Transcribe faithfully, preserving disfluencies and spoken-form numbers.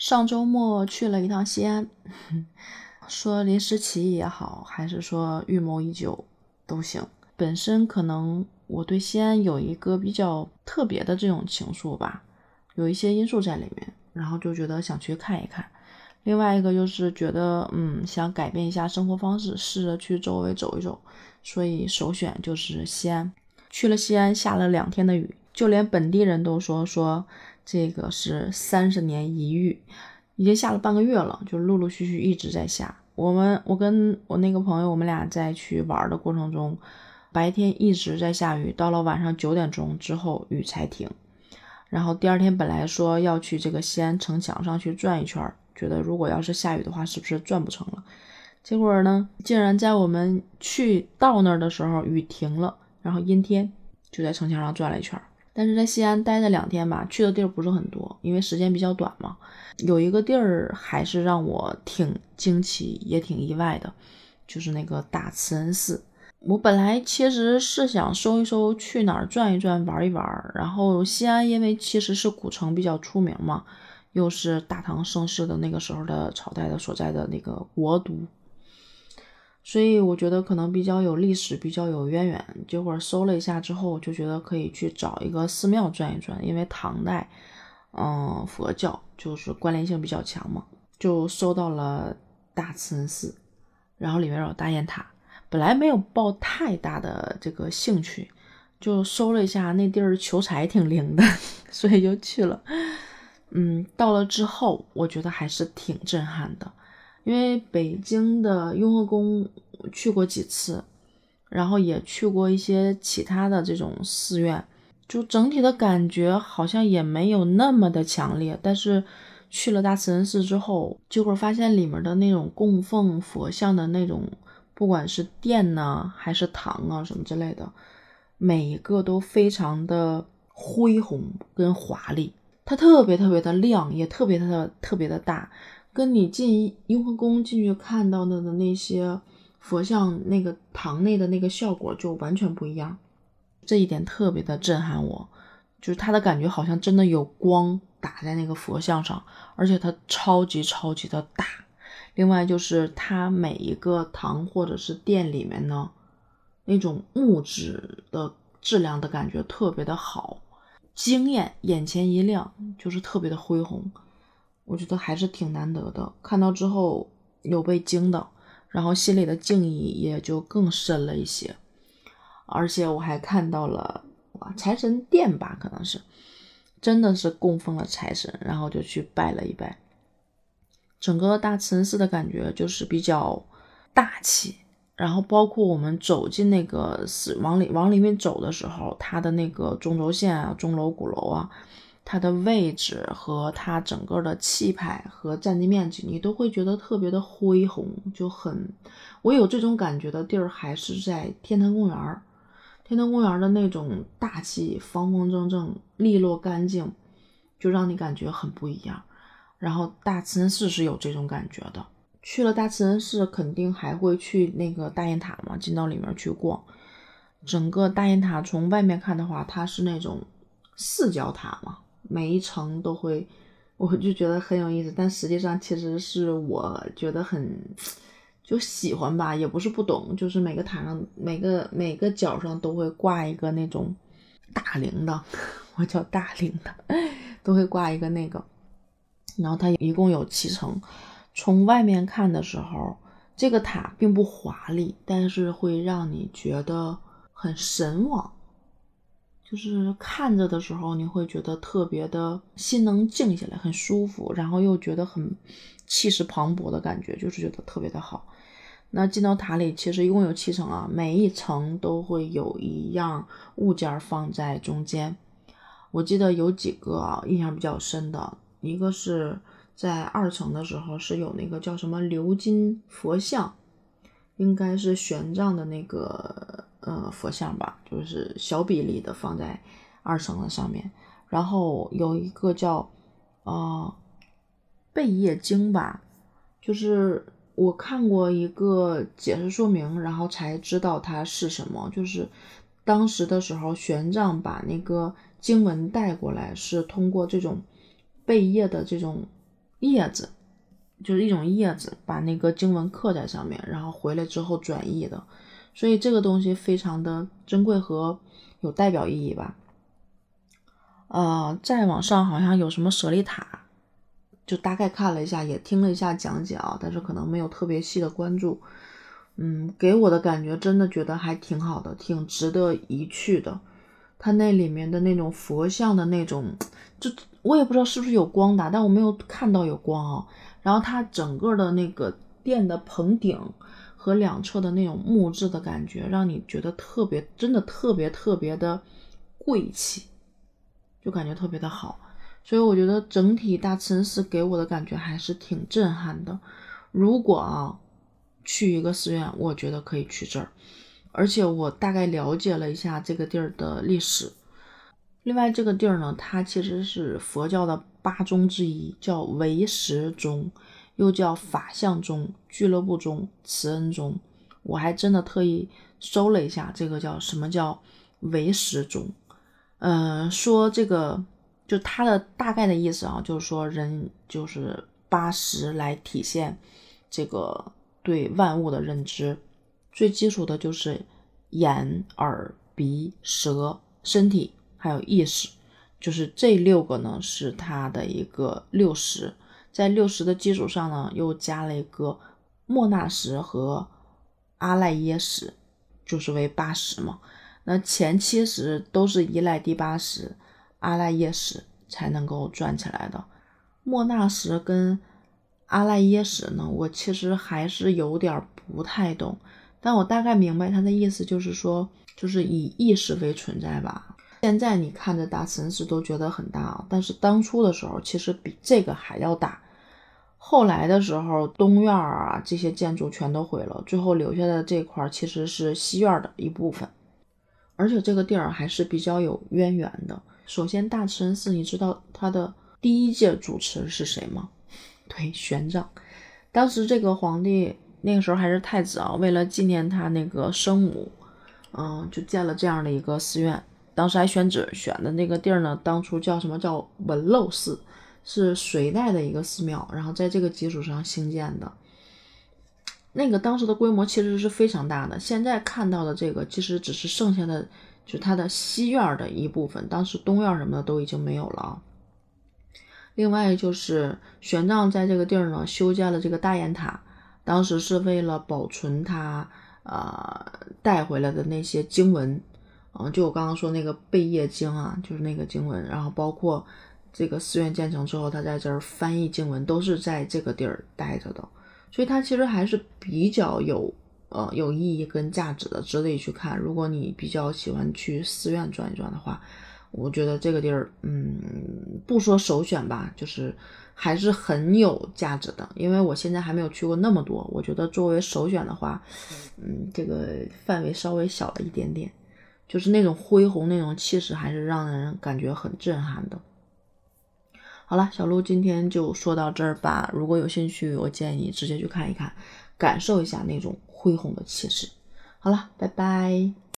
上周末去了一趟西安，说临时起意也好，还是说预谋已久都行。本身可能我对西安有一个比较特别的这种情愫吧，有一些因素在里面，然后就觉得想去看一看。另外一个就是觉得嗯想改变一下生活方式，试着去周围走一走，所以首选就是西安。去了西安，下了两天的雨，就连本地人都说说这个是三十年一遇，已经下了半个月了，就陆陆续续一直在下。我们我跟我那个朋友，我们俩在去玩的过程中，白天一直在下雨，到了晚上九点钟之后雨才停。然后第二天本来说要去这个西安城墙上去转一圈，觉得如果要是下雨的话，是不是转不成了？结果呢，竟然在我们去到那儿的时候雨停了，然后阴天，就在城墙上转了一圈。但是在西安待了两天吧，去的地儿不是很多，因为时间比较短嘛。有一个地儿还是让我挺惊奇也挺意外的，就是那个大慈恩寺。我本来其实是想搜一搜去哪儿转一转玩一玩，然后西安因为其实是古城比较出名嘛，又是大唐盛世的那个时候的朝代的所在的那个国都，所以我觉得可能比较有历史，比较有渊源。结果搜了一下之后，就觉得可以去找一个寺庙转一转，因为唐代嗯佛教就是关联性比较强嘛，就搜到了大慈恩寺，然后里面有大雁塔。本来没有抱太大的这个兴趣，就搜了一下，那地儿求财挺灵的，所以就去了。嗯，到了之后我觉得还是挺震撼的，因为北京的雍和宫去过几次，然后也去过一些其他的这种寺院，就整体的感觉好像也没有那么的强烈。但是去了大慈恩寺之后，结果发现里面的那种供奉佛像的那种，不管是殿呢还是堂啊什么之类的，每一个都非常的恢宏跟华丽，它特别特别的亮，也特别的特别的大，跟你进雍和宫进去看到的的那些佛像那个堂内的那个效果就完全不一样。这一点特别的震撼我，就是它的感觉好像真的有光打在那个佛像上，而且它超级超级的大。另外就是它每一个堂或者是殿里面呢，那种木质的质量的感觉特别的好，惊艳，眼前一亮，就是特别的恢宏。我觉得还是挺难得的，看到之后有被惊到，然后心里的敬意也就更深了一些。而且我还看到了哇财神殿吧，可能是真的是供奉了财神，然后就去拜了一拜。整个大慈恩寺的感觉就是比较大气，然后包括我们走进那个寺往里往里面走的时候，它的那个中轴线啊、钟楼、鼓楼啊，它的位置和它整个的气派和占地面积，你都会觉得特别的恢宏，就很我有这种感觉的地儿还是在天坛公园。天坛公园的那种大气方方正正利落干净，就让你感觉很不一样。然后大慈恩寺是有这种感觉的，去了大慈恩寺肯定还会去那个大雁塔嘛，进到里面去逛。整个大雁塔从外面看的话，它是那种四角塔嘛，每一层都会，我就觉得很有意思。但实际上其实是我觉得很就喜欢吧，也不是不懂，就是每个塔上每个每个角上都会挂一个那种大铃铛，我叫大铃铛，都会挂一个那个。然后它一共有七层，从外面看的时候，这个塔并不华丽，但是会让你觉得很神往，就是看着的时候你会觉得特别的心能静下来，很舒服，然后又觉得很气势磅礴的感觉，就是觉得特别的好。那进到塔里其实一共有七层啊，每一层都会有一样物件放在中间。我记得有几个啊印象比较深的，一个是在二层的时候是有那个叫什么鎏金佛像，应该是玄奘的那个呃佛像吧，就是小比例的放在二层的上面。然后有一个叫呃贝叶经吧，就是我看过一个解释说明，然后才知道它是什么。就是当时的时候，玄奘把那个经文带过来，是通过这种贝叶的这种叶子，就是一种叶子，把那个经文刻在上面，然后回来之后转译的，所以这个东西非常的珍贵和有代表意义吧。呃，再往上好像有什么舍利塔，就大概看了一下，也听了一下讲解啊，但是可能没有特别细的关注。嗯，给我的感觉真的觉得还挺好的，挺值得一去的。它那里面的那种佛像的那种，就我也不知道是不是有光打，但我没有看到有光啊。然后它整个的那个殿的棚顶和两侧的那种木质的感觉，让你觉得特别，真的特别特别的贵气。就感觉特别的好，所以我觉得整体大慈恩寺给我的感觉还是挺震撼的。如果啊去一个寺院，我觉得可以去这儿，而且我大概了解了一下这个地儿的历史。另外这个地儿呢，它其实是佛教的八宗之一，叫唯识宗，又叫法相宗、俱乐部宗、慈恩宗。我还真的特意搜了一下，这个叫什么叫唯识宗。呃，说这个就它的大概的意思啊，就是说人就是八识来体现这个对万物的认知，最基础的就是眼、耳、鼻、舌、身体还有意识，就是这六个呢是它的一个六识，在六识的基础上呢又加了一个莫那识和阿赖耶识，就是为八识嘛。那前七识都是依赖第八识阿赖耶识才能够转起来的。莫那识跟阿赖耶识呢，我其实还是有点不太懂，但我大概明白它的意思，就是说就是以意识为存在吧。现在你看着大慈恩寺都觉得很大，但是当初的时候其实比这个还要大。后来的时候东院啊这些建筑全都毁了，最后留下的这块其实是西院的一部分。而且这个地儿还是比较有渊源的。首先大慈恩寺，你知道它的第一届主持是谁吗？对，玄奘。当时这个皇帝那个时候还是太子啊，为了纪念他那个生母，嗯，就建了这样的一个寺院。当时还选址选的那个地儿呢，当初叫什么叫文漏寺，是隋代的一个寺庙，然后在这个基础上兴建的。那个当时的规模其实是非常大的，现在看到的这个其实只是剩下的就是它的西院的一部分，当时东院什么的都已经没有了。另外就是玄奘在这个地儿呢修建了这个大雁塔，当时是为了保存他呃带回来的那些经文，嗯、呃，就我刚刚说那个贝叶经啊，就是那个经文，然后包括这个寺院建成之后，他在这儿翻译经文都是在这个地儿待着的。所以它其实还是比较有呃有意义跟价值的，值得一去看。如果你比较喜欢去寺院转一转的话，我觉得这个地儿嗯不说首选吧，就是还是很有价值的。因为我现在还没有去过那么多，我觉得作为首选的话，嗯这个范围稍微小了一点点，就是那种恢宏那种气势还是让人感觉很震撼的。好了，小鹿今天就说到这儿吧。如果有兴趣，我建议你直接去看一看，感受一下那种恢宏的气势。好了，拜拜。